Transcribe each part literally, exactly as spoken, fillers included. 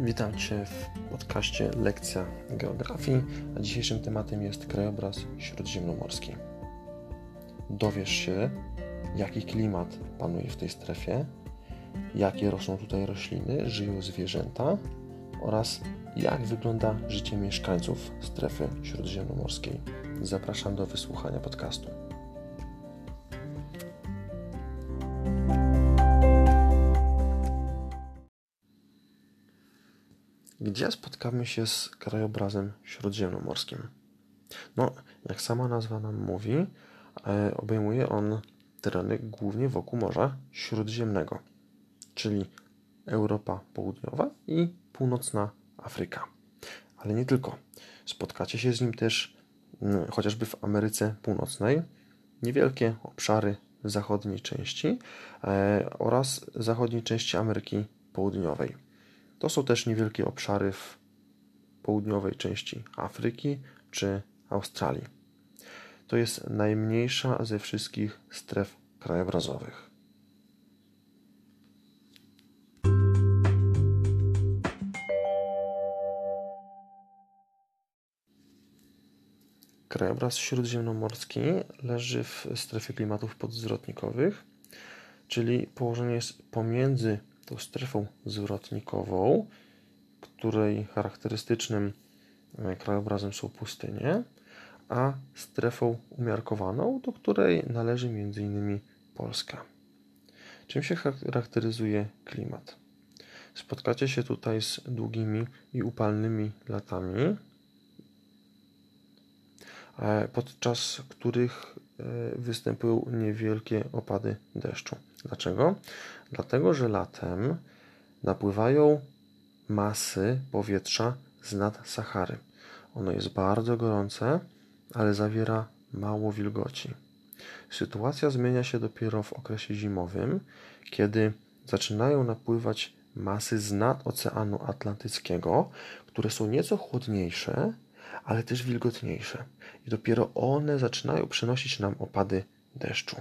Witam Cię w podcaście Lekcja Geografii, a dzisiejszym tematem jest krajobraz śródziemnomorski. Dowiesz się, jaki klimat panuje w tej strefie, jakie rosną tutaj rośliny, żyją zwierzęta oraz jak wygląda życie mieszkańców strefy śródziemnomorskiej. Zapraszam do wysłuchania podcastu. Gdzie spotkamy się z krajobrazem śródziemnomorskim? No, jak sama nazwa nam mówi, e, obejmuje on tereny głównie wokół Morza Śródziemnego, czyli Europa Południowa i Północna Afryka. Ale nie tylko. Spotkacie się z nim też m, chociażby w Ameryce Północnej, niewielkie obszary zachodniej części e, oraz zachodniej części Ameryki Południowej. To są też niewielkie obszary w południowej części Afryki czy Australii. To jest najmniejsza ze wszystkich stref krajobrazowych. Krajobraz śródziemnomorski leży w strefie klimatów podzwrotnikowych, czyli położony jest pomiędzy tą strefą zwrotnikową, której charakterystycznym krajobrazem są pustynie, a strefą umiarkowaną, do której należy między innymi Polska. Czym się charakteryzuje klimat? Spotkacie się tutaj z długimi i upalnymi latami, podczas których występują niewielkie opady deszczu. Dlaczego? Dlatego, że latem napływają masy powietrza z nad Sahary. Ono jest bardzo gorące, ale zawiera mało wilgoci. Sytuacja zmienia się dopiero w okresie zimowym, kiedy zaczynają napływać masy z nad Oceanu Atlantyckiego, które są nieco chłodniejsze, ale też wilgotniejsze. I dopiero one zaczynają przynosić nam opady deszczu.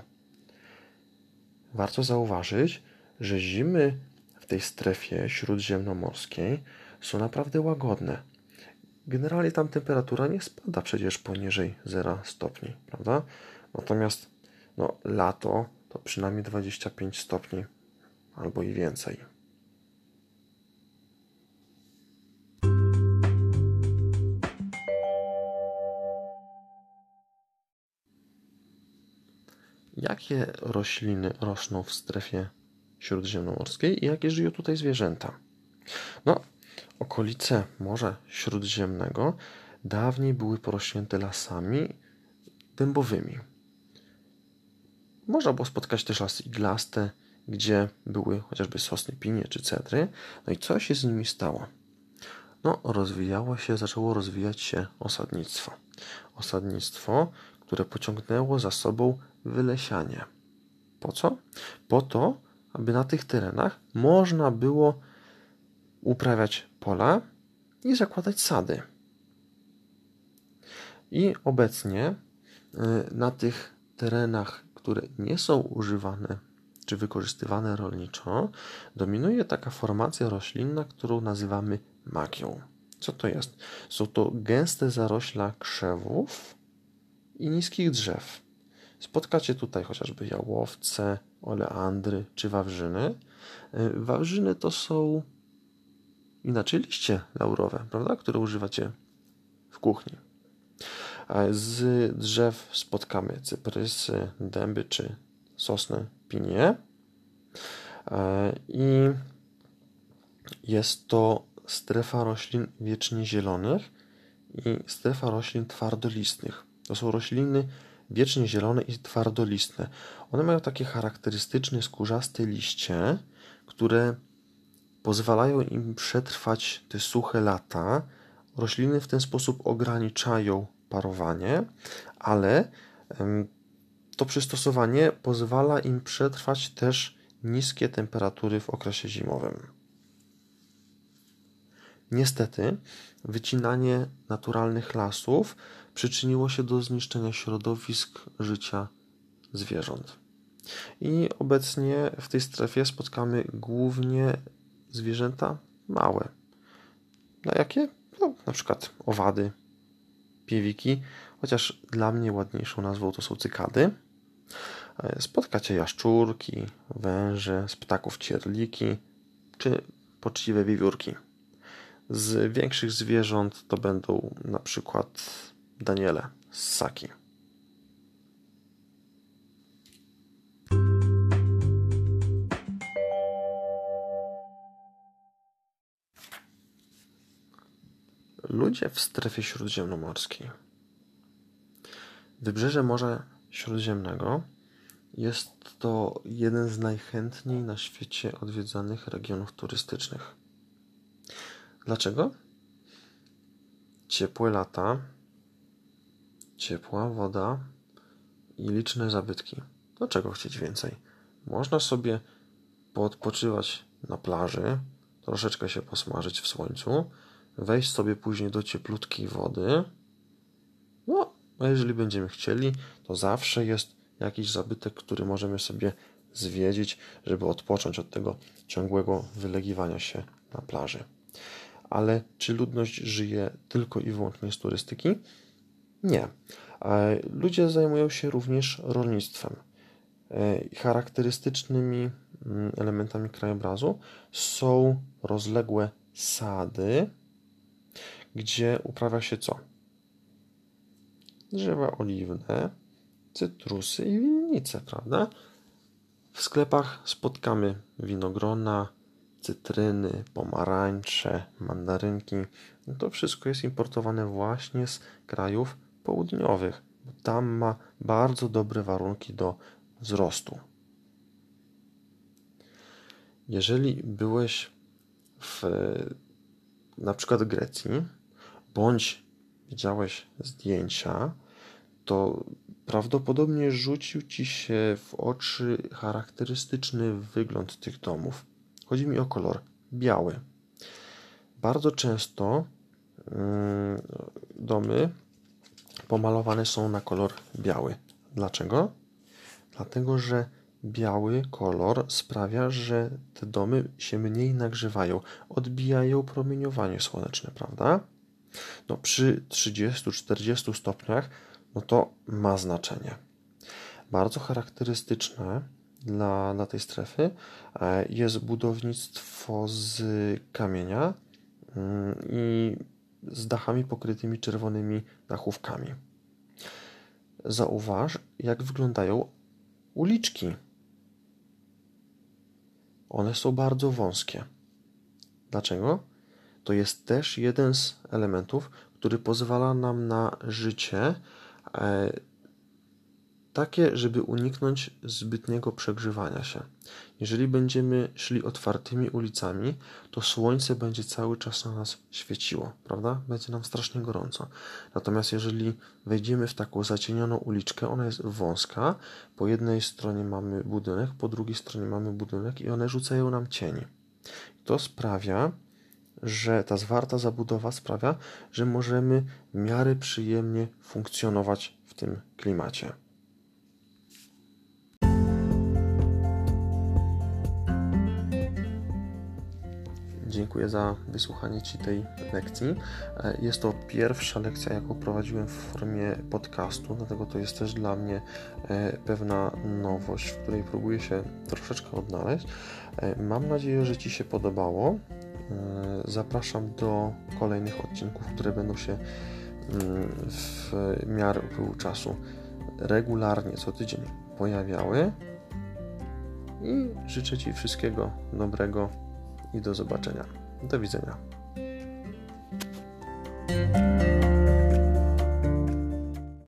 Warto zauważyć, że zimy w tej strefie śródziemnomorskiej są naprawdę łagodne. Generalnie tam temperatura nie spada przecież poniżej zera stopni, prawda? Natomiast no, lato to przynajmniej dwadzieścia pięć stopni albo i więcej. Jakie rośliny rosną w strefie śródziemnomorskiej i jakie żyją tutaj zwierzęta? No, okolice Morza Śródziemnego dawniej były porośnięte lasami dębowymi. Można było spotkać też lasy iglaste, gdzie były chociażby sosny, pinie czy cedry. No i co się z nimi stało? No, rozwijało się, zaczęło rozwijać się osadnictwo. Osadnictwo, które pociągnęło za sobą wylesianie. Po co? Po to, aby na tych terenach można było uprawiać pola i zakładać sady. I obecnie na tych terenach, które nie są używane czy wykorzystywane rolniczo, dominuje taka formacja roślinna, którą nazywamy makią. Co to jest? Są to gęste zarośla krzewów i niskich drzew. Spotkacie tutaj chociażby jałowce, oleandry czy wawrzyny. Wawrzyny to są inaczej liście laurowe, prawda, które używacie w kuchni. Z drzew spotkamy cyprysy, dęby czy sosny, pinie. I jest to strefa roślin wiecznie zielonych i strefa roślin twardolistnych. To są rośliny wiecznie zielone i twardolistne. One mają takie charakterystyczne skórzaste liście, które pozwalają im przetrwać te suche lata. Rośliny w ten sposób ograniczają parowanie, ale to przystosowanie pozwala im przetrwać też niskie temperatury w okresie zimowym. Niestety, wycinanie naturalnych lasów przyczyniło się do zniszczenia środowisk życia zwierząt. I obecnie w tej strefie spotkamy głównie zwierzęta małe, Na jakie? No, na przykład owady, piewiki, chociaż dla mnie ładniejszą nazwą to są cykady. Spotkacie jaszczurki, węże, z ptaków cierliki czy poczciwe wiewiórki. Z większych zwierząt to będą na przykład daniele, ssaki. Ludzie w strefie śródziemnomorskiej. Wybrzeże Morza Śródziemnego jest to jeden z najchętniej na świecie odwiedzanych regionów turystycznych. Dlaczego? Ciepłe lata, ciepła woda i liczne zabytki. Do czego chcieć więcej? Można sobie poodpoczywać na plaży, troszeczkę się posmażyć w słońcu, wejść sobie później do cieplutkiej wody. No, a jeżeli będziemy chcieli, to zawsze jest jakiś zabytek, który możemy sobie zwiedzić, żeby odpocząć od tego ciągłego wylegiwania się na plaży. Ale czy ludność żyje tylko i wyłącznie z turystyki? Nie. Ludzie zajmują się również rolnictwem. Charakterystycznymi elementami krajobrazu są rozległe sady, gdzie uprawia się co? Drzewa oliwne, cytrusy i winnice, prawda? W sklepach spotkamy winogrona, cytryny, pomarańcze, mandarynki. To wszystko jest importowane właśnie z krajów południowych. Tam ma bardzo dobre warunki do wzrostu. Jeżeli byłeś w na przykład Grecji, bądź widziałeś zdjęcia, to prawdopodobnie rzucił Ci się w oczy charakterystyczny wygląd tych domów. Chodzi mi o kolor biały. Bardzo często yy, domy pomalowane są na kolor biały. Dlaczego? Dlatego, że biały kolor sprawia, że te domy się mniej nagrzewają, odbijają promieniowanie słoneczne, prawda? No przy trzydziestu czterdziestu stopniach no to ma znaczenie. Bardzo charakterystyczne dla, dla tej strefy jest budownictwo z kamienia i z dachami pokrytymi czerwonymi dachówkami. Zauważ, jak wyglądają uliczki. One są bardzo wąskie. Dlaczego? To jest też jeden z elementów, który pozwala nam na życie e, takie, żeby uniknąć zbytniego przegrzewania się. Jeżeli będziemy szli otwartymi ulicami, to słońce będzie cały czas na nas świeciło, prawda? Będzie nam strasznie gorąco. Natomiast jeżeli wejdziemy w taką zacienioną uliczkę, ona jest wąska, po jednej stronie mamy budynek, po drugiej stronie mamy budynek i one rzucają nam cień. To sprawia, że ta zwarta zabudowa sprawia, że możemy w miarę przyjemnie funkcjonować w tym klimacie. Dziękuję za wysłuchanie Ci tej lekcji. Jest to pierwsza lekcja, jaką prowadziłem w formie podcastu, dlatego to jest też dla mnie pewna nowość, w której próbuję się troszeczkę odnaleźć. Mam nadzieję, że Ci się podobało. Zapraszam do kolejnych odcinków, które będą się w miarę upływu czasu regularnie co tydzień pojawiały. I życzę Ci wszystkiego dobrego i do zobaczenia. Do widzenia.